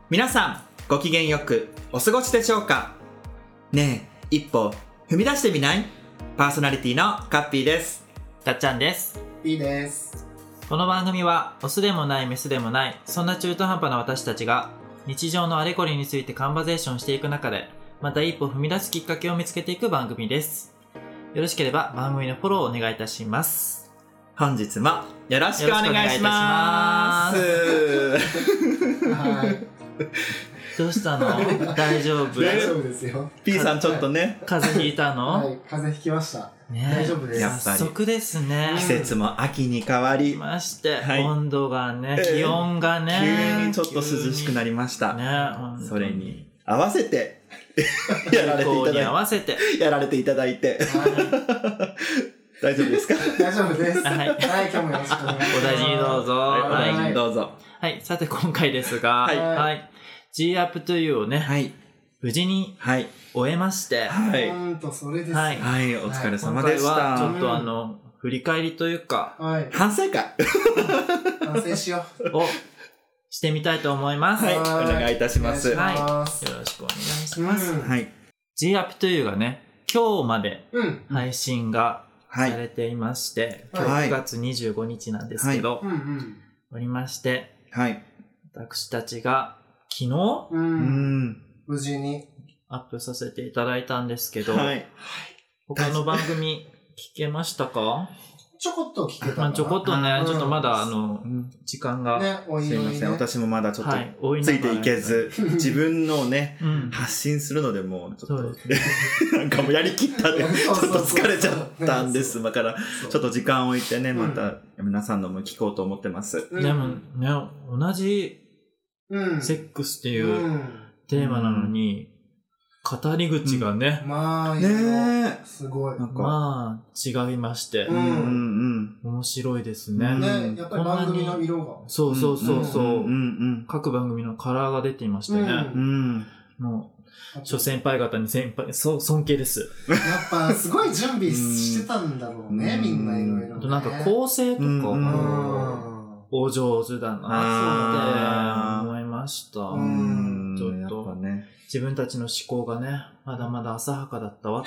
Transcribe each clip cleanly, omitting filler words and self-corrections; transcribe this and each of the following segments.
皆さんご機嫌よくお過ごしでしょうか。ねえ、一歩踏み出してみない？パーソナリティのカッピーです。 たっちゃんです。 いいです。 この番組はオスでもないメスでもない、そんな中途半端な私たちが日常のあれこれについてカンバゼーションしていく中で、また一歩踏み出すきっかけを見つけていく番組です。よろしければ番組のフォローをお願いいたします。 本日もよろしくお願いします。 はい。 どうしたの？大丈夫？ 大丈夫ですよ。 P さんちょっとね、 風邪ひいたの？ はい、風邪ひきました。 ね、 大丈夫です。 やっぱり早速ですね。 季節も秋に変わりまして、 はい、 温度がね、気温がね、 急にちょっと涼しくなりました。 ね、 それに合わせてやられていただいて、大丈夫ですか？ 大丈夫です。 はい、 今日もよろしくお願いします。 お大事にどうぞ。 はい、お大事にどうぞ。 はい、さて今回ですが、はい、G Up to You をね、 はい、 無事に終えまして、 はい、それです。 はい、 はい、お疲れ様でした。 今回はちょっと振り返りというか、 はい、 反省会反省しようをしてみたいと思います。 はい、お願いいたします。 はい、よろしくお願いします。 はい、 G Up to You がね、今日まで配信がされていまして、今日9月25日なんですけど、おりまして、 はい、 私たちが昨日、 無事にアップさせていただいたんですけど、 はい、 他の番組聞けましたか？ ちょこっと聞けたかな。 ちょこっとね、ちょっとまだ時間が、 ね、 すいません、私もまだちょっとついていけず、自分のね、発信するのでもうちょっとなんかもうやりきったでちょっと疲れちゃったんです。だからちょっと時間を置いてね、また皆さんのも聞こうと思ってます。 でもね、同じセックスっていうテーマなのに、語り口がね、 まあ、ね、すごい。 まあ、違いまして、面白いですね。 ね、やっぱり番組の色が。 そう。各番組のカラーが出ていましてね。もう、諸先輩方に尊敬です。 やっぱ、すごい準備してたんだろうね、みんないろいろ。 なんか構成とか、お上手だなって思いました。ちょっとね、自分たちの思考がね、まだまだ浅はかだったわって。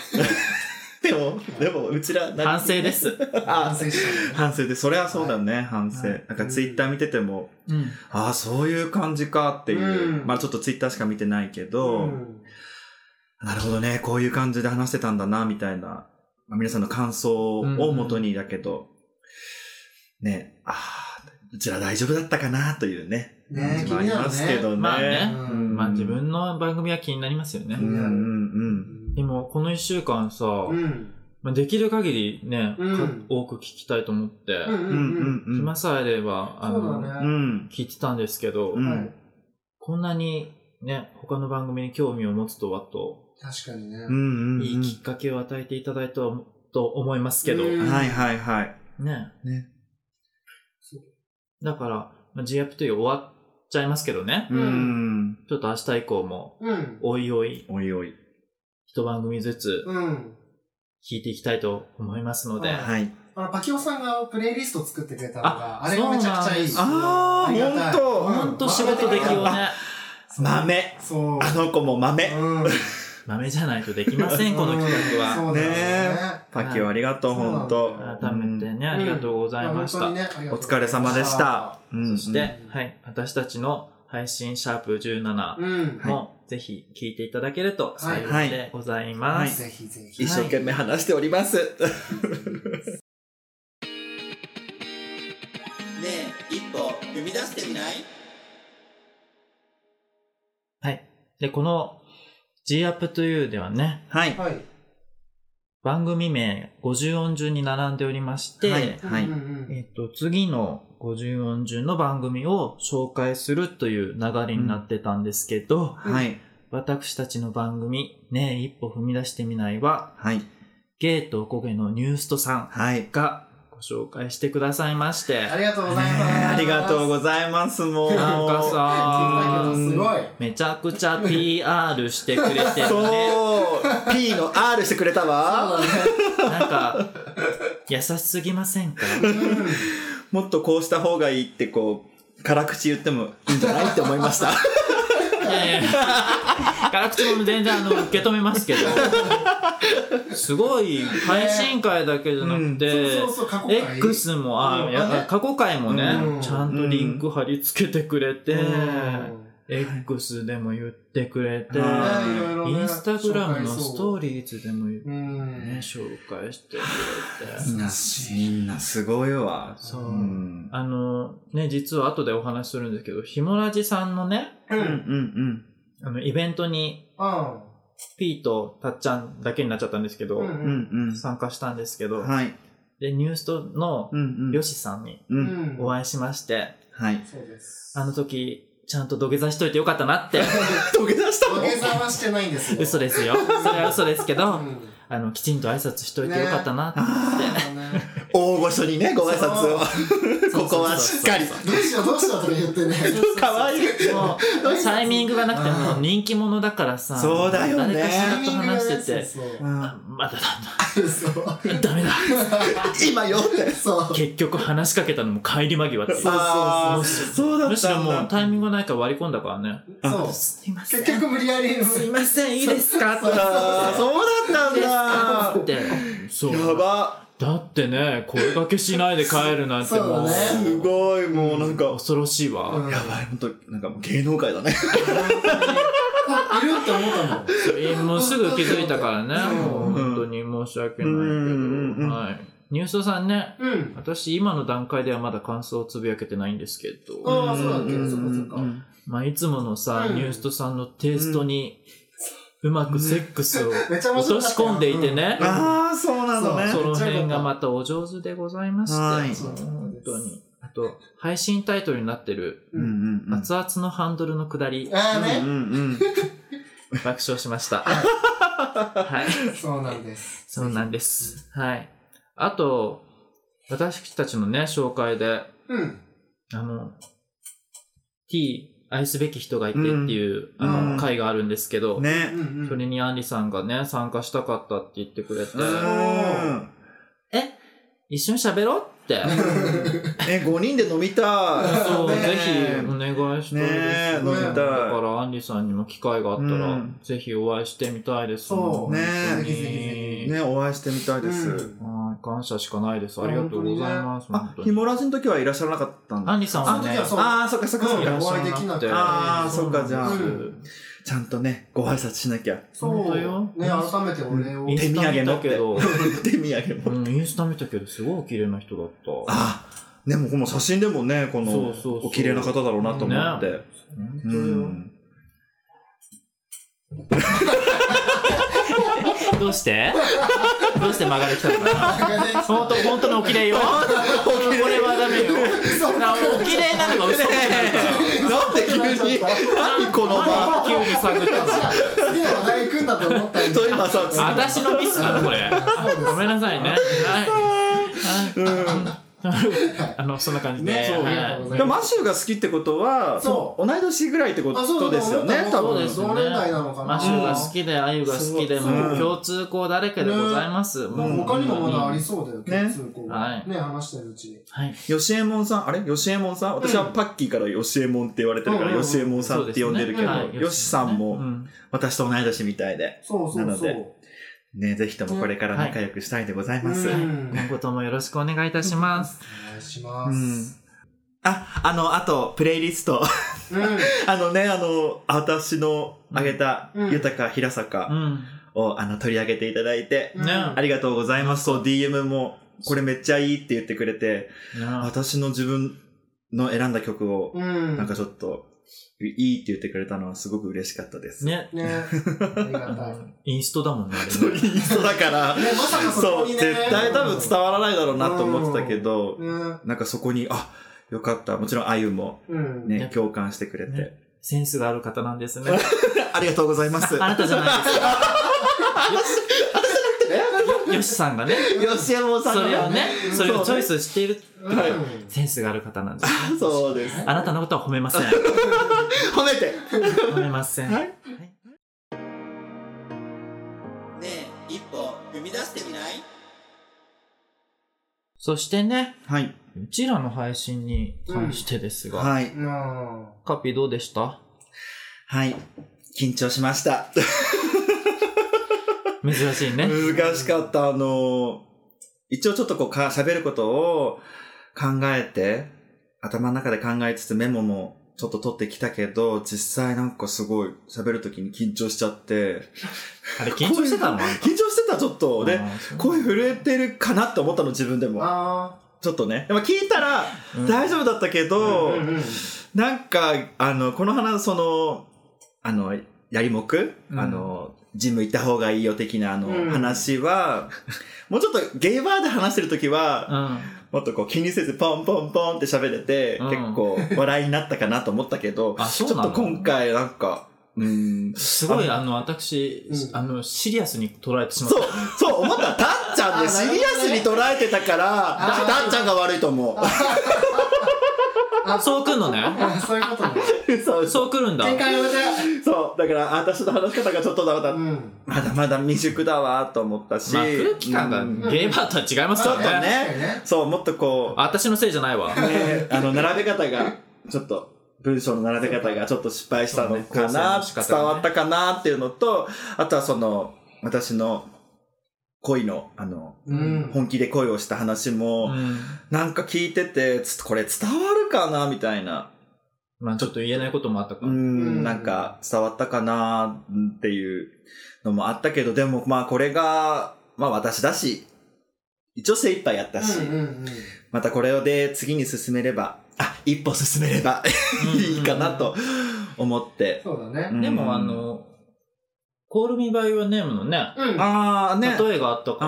でも、うちら、 反省です。 反省で、それはそうだね、反省。なんかツイッター見てても、ああ、そういう感じかっていう。まあちょっとツイッターしか見てないけど、なるほどね、こういう感じで話してたんだな、みたいな。皆さんの感想を元にだけど、ね、うちら大丈夫だったかなというね。 ね、 気になりますけどね。 まあね。まあ自分の番組は気になりますよね。でもこの1週間さ、できる限りね、多く聞きたいと思って、暇さえあれば、聞いてたんですけど、こんなにね、他の番組に興味を持つとはと、 確かにね。 いいきっかけを与えていただいたと思いますけど。ね。だから、G Up to You 終わっちゃいますけどね。ちょっと明日以降も、おいおい、一番組ずつ、聞いていきたいと思いますので。 パキオさんがプレイリスト作ってくれたのが、あれがめちゃくちゃいい。 ほんと仕事できようね。 豆。あの子も豆。 豆じゃないとできません、この企画は。 そうね。 パキオありがとう、ほんと。 改めてね、ありがとうございました。お疲れ様でした。 そして、私たちの配信シャープ17もぜひ聞いていただけると幸いでございます。 ぜひぜひ。 一生懸命話しております。ねえ、一歩踏み出してみない？ はい。で、このG Up to You ではね、番組名50音順に並んでおりまして、次の50音順の番組を紹介するという流れになってたんですけど、私たちの番組、ねえ一歩踏み出してみないは、ゲイとおこげのニューストさんがご紹介してくださいまして、 ありがとうございます。 ありがとうございます。もうなんかさ、 すごいめちゃくちゃ PR してくれてるね。 そう P の R してくれたわ。 なんか優しすぎませんか？ もっとこうした方がいいってこう辛口言ってもいいんじゃないって思いました。 辛口も全然受け止めますけど、すごい配信会だけじゃなくて、X も、過去回もね、ちゃんとリンク貼り付けてくれて、X でも言ってくれて、インスタグラムのストーリーズでもね、紹介してくれて。 みんなすごいわ。 そう。ね、実は後でお話しするんですけど、ひもラジさんのね、イベントに、P とたっちゃんだけになっちゃったんですけど、参加したんですけど、で、ニューストのヨシさんにお会いしまして、あの時、ちゃんと土下座しといてよかったなって。 土下座したの？ 土下座はしてないんですよ。 嘘ですよ。それは嘘ですけど、きちんと挨拶しといてよかったなって。 大御所にね、ご挨拶を。ここはしっかり。どうしようとか言ってね。 かわいい。 タイミングがなくても人気者だからさ。 そうだよね。 誰かしらと話してて、まだだ。ダメだ。 今よって。 結局話しかけたのも帰り間際っていう。 そうだった。 むしろもうタイミングがないから割り込んだからね。すいません。 結局無理やり。 すいません、いいですか？ そうだったんだ。 って。そう。 やば。 だってね、声掛けしないで帰るなんてもう、 すごい、もうなんか、 恐ろしいわ。 やばい、ほんと、なんかもう芸能界だね。 いるって思ったもん。もうすぐ気づいたからね、もう本当に申し訳ないけど、はい。ニュースさんね、私今の段階ではまだ感想をつぶやけてないんですけど、 そうだっけ、そうか。 まあいつものさ、ニュースさんのテイストに、うまくセックスを落とし込んでいてね。 ああ、そうなのね。 その辺がまたお上手でございまして。本当に。あと、配信タイトルになってる、熱々のハンドルの下り。爆笑しました。はい。 そうなんです。 そうなんです。はい。あと、私たちのね、紹介で、T、愛すべき人がいてっていう、回があるんですけど、それにアンリさんがね、参加したかったって言ってくれて、一緒に喋ろうって。 5人で飲みたい。 そう、ぜひお願いしたいです。 飲みたい。だからアンリさんにも機会があったら、ぜひお会いしてみたいです。 そう。 ね、お会いしてみたいです。 感謝しかないです。ありがとうございます。 ひもラジの時はいらっしゃらなかったんだ。 アンリさんはね、 そっかそっか。 お会いできなくて。 そっか、じゃあ、ちゃんとね、ご挨拶しなきゃ。 そうよ。ね、改めてお礼を。 手土産も。手土産も。 インスタ見たけど、すごい綺麗な人だった。 でもこの写真でもね、この、お綺麗な方だろうなと思って。 どうして曲がりきたのかな。本当のお綺麗よ。これはダメよ。お綺麗なのが嘘みたいな。 なんで急に何この場急に探ったの。 次の話題組んだと思ったんで。 私のミスなのこれ。ごめんなさいね。そんな感じで。 マシューが好きってことは、同い年ぐらいってことですよね、多分。 同年代なのかな。 マシューが好きで、あゆが好きで、もう共通項だらけでございます。 他にもまだありそうだよ、共通項。ね、話してるうちに。 よしえもんさん、よしえもんさん私はパッキーからよしえもんって言われてるから、よしえもんさんって呼んでるけど、よしさんも私と同い年みたいで。なので。ね、ぜひともこれから仲良くしたいでございます。 今後ともよろしくお願いいたします。 お願いします。 あと、プレイリスト。私のあげた、豊か平坂を、取り上げていただいて、ありがとうございます。そう、DM も、これめっちゃいいって言ってくれて、私の自分の選んだ曲を、なんかちょっと、いいって言ってくれたのはすごく嬉しかったです。 ね。ありがたい。 インストだもんね。 そう、インストだから、そう、絶対多分伝わらないだろうなと思ってたけど、なんかそこに、よかった。もちろんあゆも、ね、共感してくれて。 センスがある方なんですね。 ありがとうございます。 あなたじゃないですか。よしさんがね。 よしえもんさんがね。それをね、それをチョイスしている。センスがある方なんです。 そうです。 あなたのことは褒めません。 褒めて。 褒めません。ねえ、一歩踏み出してみない？ そしてね、 うちらの配信に関してですが、 はい。 カピどうでした？ はい。緊張しました。 珍しいね。 難しかった。一応ちょっとこう喋ることを考えて、頭の中で考えつつメモもちょっと取ってきたけど、実際なんかすごい喋るときに緊張しちゃって。 あれ緊張してたの？ 緊張してた、ちょっと。で、声震えてるかなって思ったの、自分でも。ちょっとね。聞いたら大丈夫だったけど、なんか、この話、やりもく、ジム行った方がいいよ的な話は、もうちょっとゲイバーで話してるときは、もっとこう気にせずポンポンポンって喋れて、結構笑いになったかなと思ったけど、ちょっと今回なんか、 すごい私、シリアスに捉えてしまった。 そう思った。たっちゃんでシリアスに捉えてたから、たっちゃんが悪いと思う。 そう来んのね。 そういうことね。 そう来るんだ。 展開を見て。 そう。だから、私の話し方がちょっとまだまだ未熟だわと思ったし。 まあ、空気感がゲーバーとは違いますからね。そう、もっとこう。 私のせいじゃないわ。 並べ方が、ちょっと、文章の並べ方がちょっと失敗したのかな、伝わったかなっていうのと、あとは私の、恋の、本気で恋をした話も、なんか聞いてて、これ伝わるかなみたいな。 まあちょっと言えないこともあったかな。 なんか伝わったかなっていうのもあったけど、でもまあこれが、まあ私だし、一応精一杯やったし、またこれで次に進めれば、一歩進めればいいかなと思って。 そうだね。 でもコールミバイオネームのね、例えがあったから。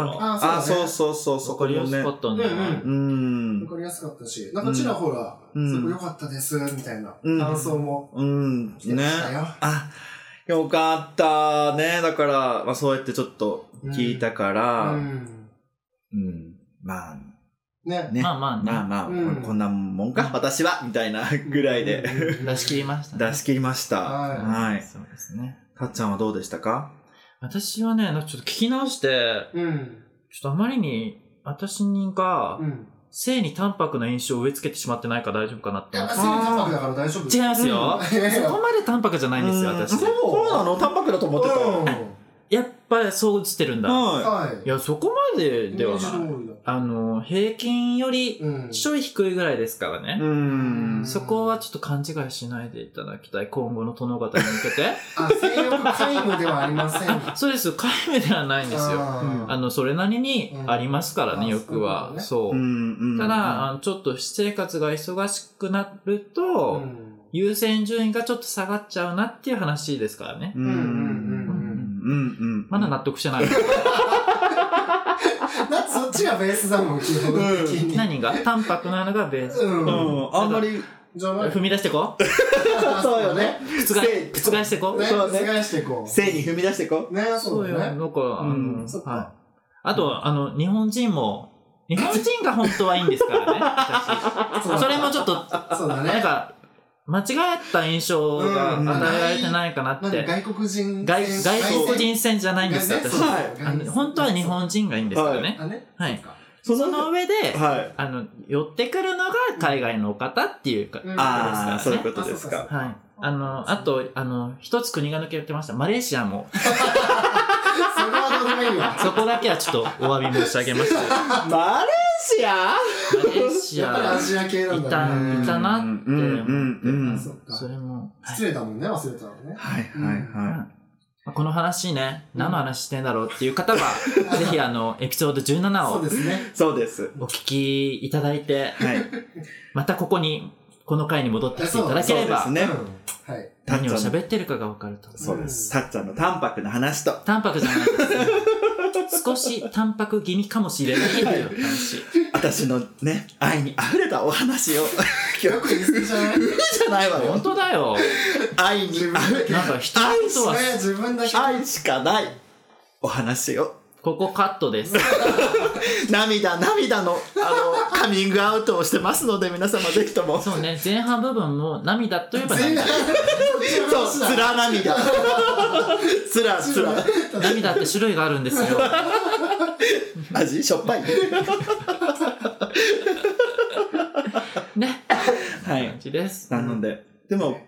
そう。 わかりやすかったんだよね。 わかりやすかったし、なんかちらほら、そこ良かったです、みたいな感想も来てましたよ。 よかったね。だから、まあそうやってちょっと聞いたから、まあ、 ね。 まあ、 こんなもんか、私はみたいなぐらいで。 出し切りましたね。 出し切りました。はい。 そうですね。 たっちゃんはどうでしたか？ 私はね、ちょっと聞き直して、ちょっとあまりに私が、性に淡白な印象を植え付けてしまってないから大丈夫かなって思って。 性に淡白だから大丈夫。 違いますよ。そこまで淡白じゃないんですよ、私。 そうなの？淡白だと思ってた。 やっぱりそう映ってるんだ。いや、そこまでではない。平均よりちょい低いぐらいですからね。そこはちょっと勘違いしないでいただきたい。今後の殿方に向けて。 性欲皆無ではありません。 そうです。皆無ではないんですよ。それなりにありますからね、欲は。そう。ただ、ちょっと私生活が忙しくなると、優先順位がちょっと下がっちゃうなっていう話ですからね。まだ納得してない。 そっちがベースだもん、基本的に。 何が？淡白なのがベース。 あんまり、 踏み出してこう。 そうよね。 覆してこう。 覆してこう。 性に踏み出してこう。 ね、そうよ。だから、あと、日本人が本当はいいんですからね。それもちょっと、なんか、間違った印象が与えられてないかなって。 外国人線じゃないんですよ、私。本当は日本人がいいんですからね。はい。その上で、寄ってくるのが海外の方っていうか、 そういうことですか。 はい。あと、一つ国が抜けてました。マレーシアも。 それはどうでもいいわ。 そこだけはちょっとお詫び申し上げました。 マレーシアアジア系なんだね。いたなって思って。それも。 失礼だもんね、忘れたのね。 この話ね、何の話してんだろうっていう方は、ぜひエピソード17を。 そうです。 お聞きいただいて、またこの回に戻ってきていただければ、何を喋ってるかがわかると。 そうです。たっちゃんの淡白な話と。 淡白じゃないです。少し淡白気味かもしれないという話。 私のね、愛に溢れたお話を。 よく言うじゃない？ じゃないわよ。 本当だよ。 愛に溢れ、 なんか人のことは自分だけ愛しかないお話を。 ここカットです。 涙のカミングアウトをしてますので、皆様ぜひとも。 そうね、前半部分も涙といえば涙。 そう、つら涙。つら。 涙って種類があるんですよ。 味しょっぱい。 ね。 はい。 感じです。 なので、でも、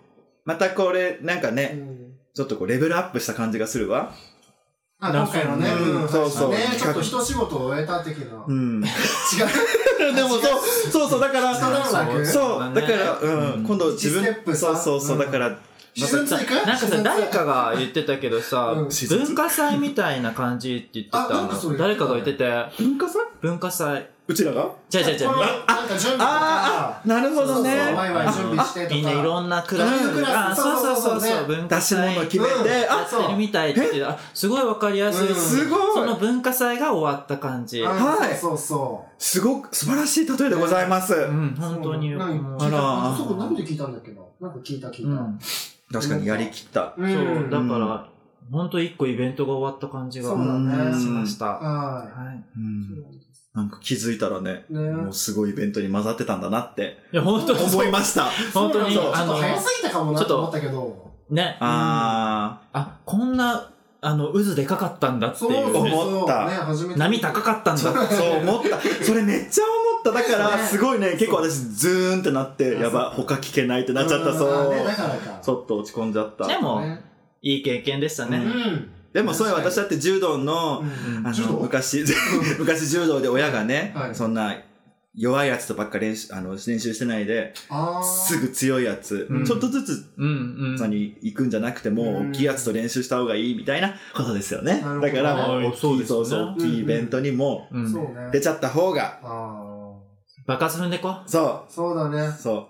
またこれ、なんかね、ちょっとこうレベルアップした感じがするわ。 今回のね、 そうそう。 ね、ちょっと一仕事を終えた的な。違う。 でもそう、だから、そう、だから、今度自分、そう、だから、 なんかさ、誰かが言ってたけどさ、文化祭みたいな感じって言ってたの。誰かが言ってて、文化祭。 うちらがなんか準備とか。 なるほどね。 ワイワイ準備してとか。 みんないろんなクラスが、そう、文化祭決めて、 やってるみたいって言って、すごいわかりやすい。 すごい。 その文化祭が終わった感じ。 はい。 そう。 すごく素晴らしい例えでございます。 本当に。 そこ何で聞いたんだっけな。なんか聞いた。 確かにやりきった。 そう、だから、本当一個イベントが終わった感じがしました。はい。 なんか気づいたらね、もうすごいイベントに混ざってたんだなって。 いや、本当に思いました。 本当に。ちょっと早すぎたかもなと思ったけど。 ね。こんな、渦でかかったんだっていう。 思った。 波高かったんだ。そう思った。それめっちゃ思った。だから、すごいね、結構私ズーンってなって、やば、他聞けないってなっちゃった。そう。ちょっと落ち込んじゃった。 でも、いい経験でしたね。 でもそういう私だって柔道の、昔柔道で親がね、そんな弱いやつとばっか練習してないで、すぐ強いやつ、ちょっとずつ、に行くんじゃなくても、大きいやつと練習した方がいいみたいなことですよね。だからもう、大きいイベントにも、出ちゃった方が、 爆発踏んでこ。 そうだね。 そう。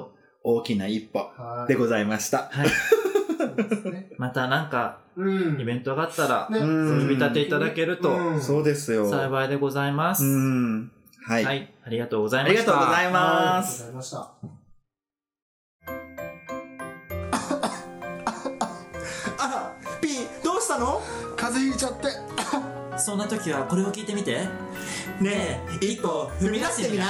大きな一歩でございました。 はい。またなんか、イベントがあったら、呼び立ていただけると、 そうですよ。 幸いでございます。 はい。 はい。ありがとうございました。 ありがとうございます。 ありがとうございました。 あら、ピー、どうしたの？ 風邪ひいちゃって。 そんな時はこれを聞いてみて。ねえ、一歩踏み出してみない？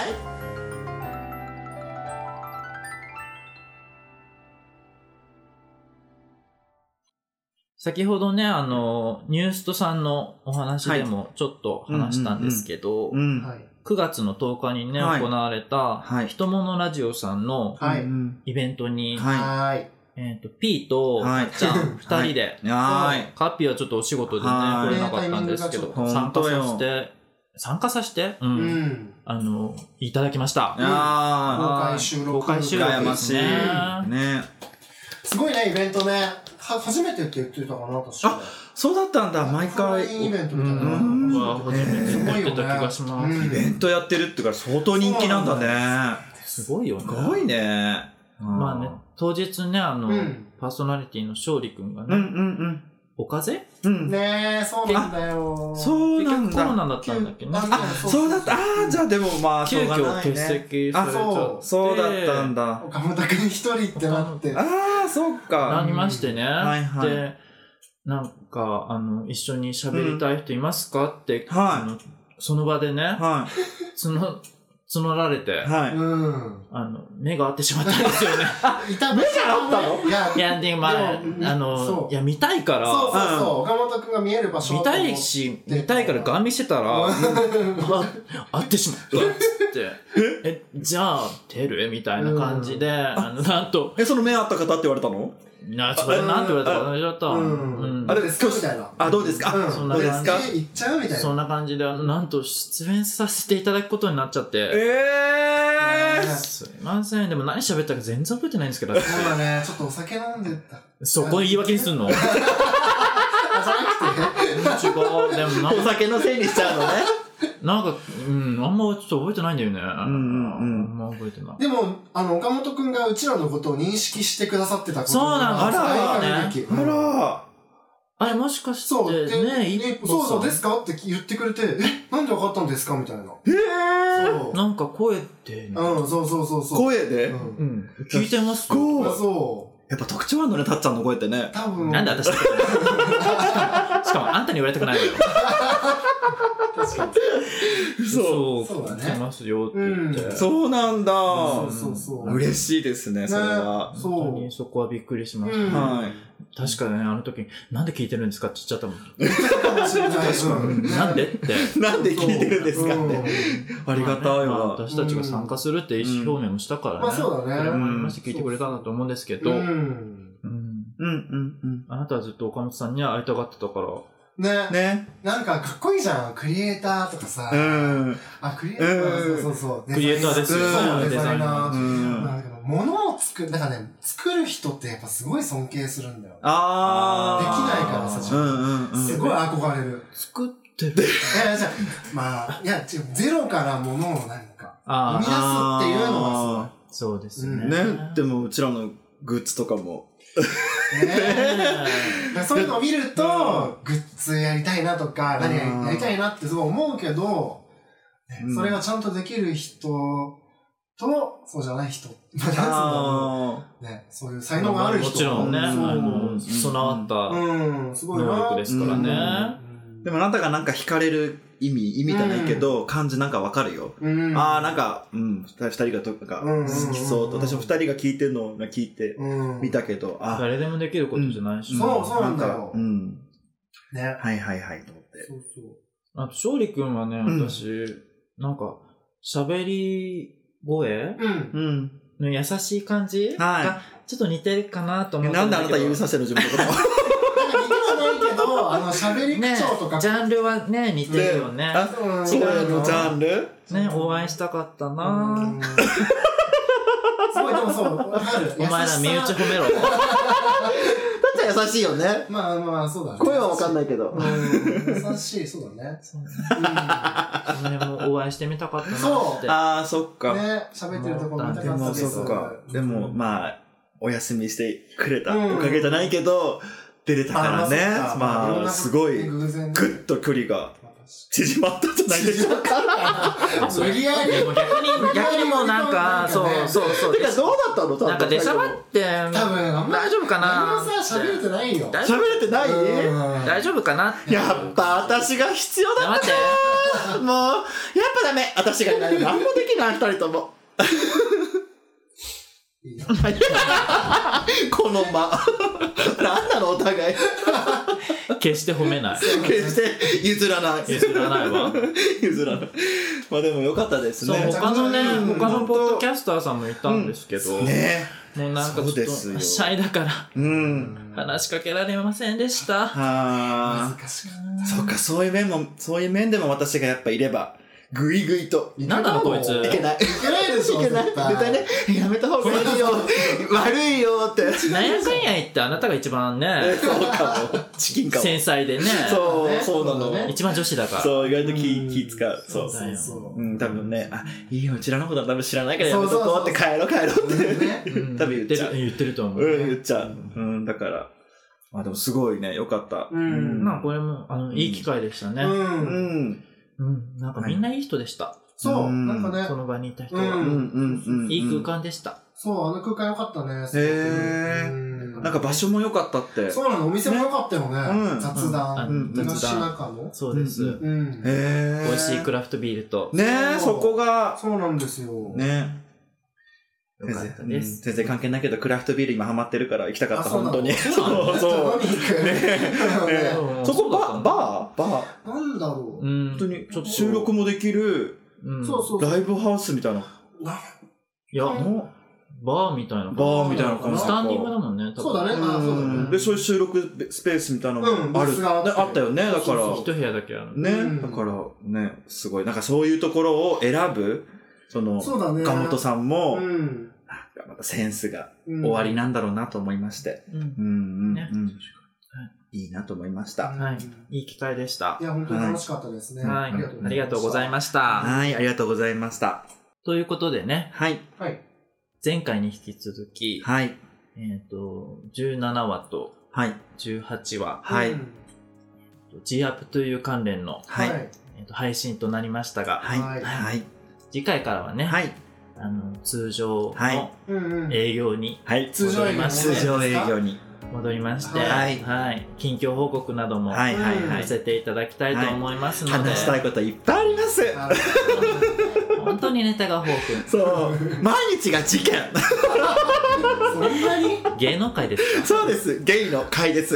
先ほどね、ニューストさんのお話でもちょっと話したんですけど、9月の10日にね、行われた、ひとものラジオさんのイベントに、P とかっちゃん2人で、カッピーはちょっとお仕事でね、来れなかったんですけど、参加させて、いただきました。 公開収録ですね。 すごいね、イベントね。初めてって言ってたかな、確か。 そうだったんだ、毎回。 イベントみたいな。 初めてやってた気がします。 イベントやってるってから相当人気なんだね。 すごいよね。 すごいね。 まあね、当日ね、パーソナリティの勝利くんがね、お風邪ねえ、そうなんだよ。 そうなんだ。 結局コロナだったんだっけね。 そうだった。じゃあでもまあ、 急遽欠席されちゃって。 そうだったんだ。 岡本くん一人ってなって。 そうか。 なりましてね。で、なんか、一緒に喋りたい人いますかって、その場でね、募られて、目が合ってしまったんですよね。 目が合ったの？ いや、で、まあ、いや、見たいから、 岡本くんが見える場所見たいし、見たいからガン見してたら、合ってしまったっつって、じゃあ、出る？みたいな感じで、なんと。 その目合った方って言われたの？ それなんて言われたか忘れちゃった。 あれですかみたいな。 どうですか？ そんな感じ。 行っちゃうみたいな。 そんな感じで、なんと出演させていただくことになっちゃって。すいません。でも何喋ったか全然覚えてないんですけど。 そうだね。ちょっとお酒飲んでた。 そこ言い訳にすんの？ じゃなくて。 違う。でもお酒のせいにしちゃうのね。 なんか、あんまちょっと覚えてないんだよね。あんま覚えてない。 でも、岡本くんがうちらのことを認識してくださってたことそうなんだ。 あれもしかしてね、 そうですかって言ってくれて、なんで分かったんですかみたいな。 なんか声で。 そう。 声で聞いてます。 そう。 やっぱ特徴あるのね、たっちゃんの声ってね。 多分。 なんで私しかもあんたに言われたくないのよ。 確かに。 そうだね。来ますよって言って。 そうなんだ。 そう。 嬉しいですね、それは。 本当にそこはびっくりしました。はい。確かにね、あの時、なんで聞いてるんですかって言っちゃったもん。なんでって。 なんで聞いてるんですかって。ありがたいわ。 私たちが参加するって意思表明もしたからね。 まあそうだね。 それもありまして聞いてくれたんだと思うんですけど、 あなたはずっと岡本さんに会いたがってたから。 ね。なんかかっこいいじゃん。クリエイターとかさ。クリエイター、そう。 クリエイターですよ。 デザイナー。物を作る、だからね、作る人ってやっぱすごい尊敬するんだよ。できないからさ、すごい憧れる。 作ってる。 ゼロから物を何か生み出すっていうのはすごい。そうですね。 でもうちらのグッズとかも。 そういうのを見ると、グッズやりたいなとか、何やりたいなってすごい思うけど、それがちゃんとできる人と、そうじゃない人。そういう才能がある人。 もちろんね、備わった能力ですからね。 でもあなたがなんか惹かれる意味じゃないけど、感じなんかわかるよ。なんか、二人が好きそうと。私も二人が聞いてるのを聞いて見たけど、 誰でもできることじゃないし。 そうなんだよ。 はい、と思って。 あと、勝利くんはね、私、なんか、喋り声の優しい感じが、ちょっと似てるかなと思って。 なんであなた指させる自分のこと喋り口調とか。 ジャンルはね、似てるよね。 違うのジャンルね、お会いしたかったなすごい、でもそう、わかる。 お前ら身内褒めろ。 だって優しいよね。 まあ、そうだね。 声はわかんないけど。 優しい、そうだね。 それもお会いしてみたかったなって。 そっか。 ね、喋ってるところ見たかったです。 そっか。でも、お休みしてくれたおかげじゃないけど、出れたからね。すごい、ぐっと距離が縮まったじゃないでしょうか。 無理やり。 逆にもうなんか、そう。 てかどうだったの？ なんか出しゃばって、大丈夫かな？ 喋れてないよ。 喋れてない？ 大丈夫かな？ やっぱ私が必要だったな。もう、やっぱダメ。私がいない。何もできない、二人とも。この間。何なのお互い。 決して褒めない。 決して譲らない。 譲らないわ。 譲らない。でもよかったですね。 他のポッドキャスターさんもいたんですけど、もうなんかちょっとシャイだから話しかけられませんでした。 難しかった。 そうか、そういう面でも私がやっぱいれば。ぐいぐいと。 なんなのこいつ。 いけない。 いけないでしょ。 いけない。絶対ね、やめた方がいいよ。悪いよって。 なんやかんや言ってあなたが一番ね。 そうかも。チキンかも。 繊細でね。 そうなの。 一番女子だから。 そう、意外と気使う。そう。多分ね、いいよ、うちらのことは多分知らないからやめとこうって帰ろうって。多分言っちゃう。 言ってると思う。 言っちゃう。だから。でもすごいね、よかった。 これも、いい機会でしたね。なんかみんないい人でした。 そう、なんかね。 その場にいた人は。いい空間でした。 そう、あの空間良かったね。 なんか場所も良かったって。 そうなの、お店も良かったよね。雑談。東中野。 そうです。美味しいクラフトビールと。 そこが。 そうなんですよ。 ね。よかったです。 全然関係ないけど、クラフトビール今ハマってるから行きたかった、本当に。そう。そこバーなんだろう。 本当に、ちょっと収録もできる、ライブハウスみたいな。 いや、バーみたいな。 感じ。 スタンディングだもんね。 そうだね。 で、そういう収録スペースみたいなのもあったよね。だから。 一部屋だけある。 ね。だからね、すごい。なんかそういうところを選ぶ、岡本さんも、またセンスが終わりなんだろうなと思いまして。いいなと思いました。 いい機会でした。 いや、本当に楽しかったですね。 ありがとうございました。 はい、ありがとうございました。 ということでね。 はい。 前回に引き続き、17話と18話、G-UP という関連の配信となりましたが、次回からはね、通常の営業に戻りまして、近況報告などもさせていただきたいと思いますので、 話したいこといっぱいあります。 本当にネタが豊富。 そう、毎日が事件。 そんなに芸能界ですか？ そうです、ゲイの会です。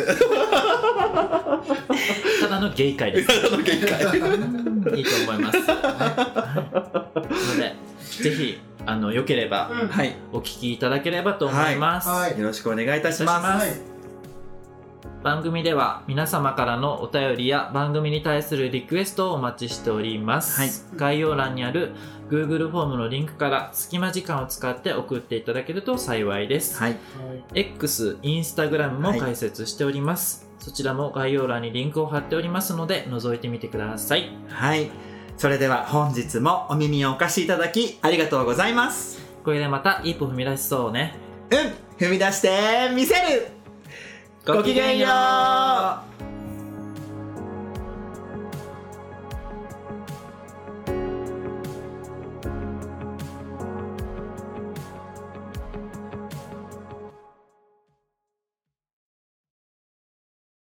ただのゲイ会です。 ただのゲイ会。 いいと思います。ので、ぜひ良ければお聞きいただければと思います。 よろしくお願いいたします。 番組では皆様からのお便りや番組に対するリクエストをお待ちしております、はい、概要欄にある Google フォームのリンクから隙間時間を使って送っていただけると幸いです、はい、X、Instagram も開設しております、はい、そちらも概要欄にリンクを貼っておりますので覗いてみてください。 はい、それでは本日もお耳をお貸しいただきありがとうございます。 これでまた一歩踏み出しそうね。 踏み出してみせる。ごきげんよう。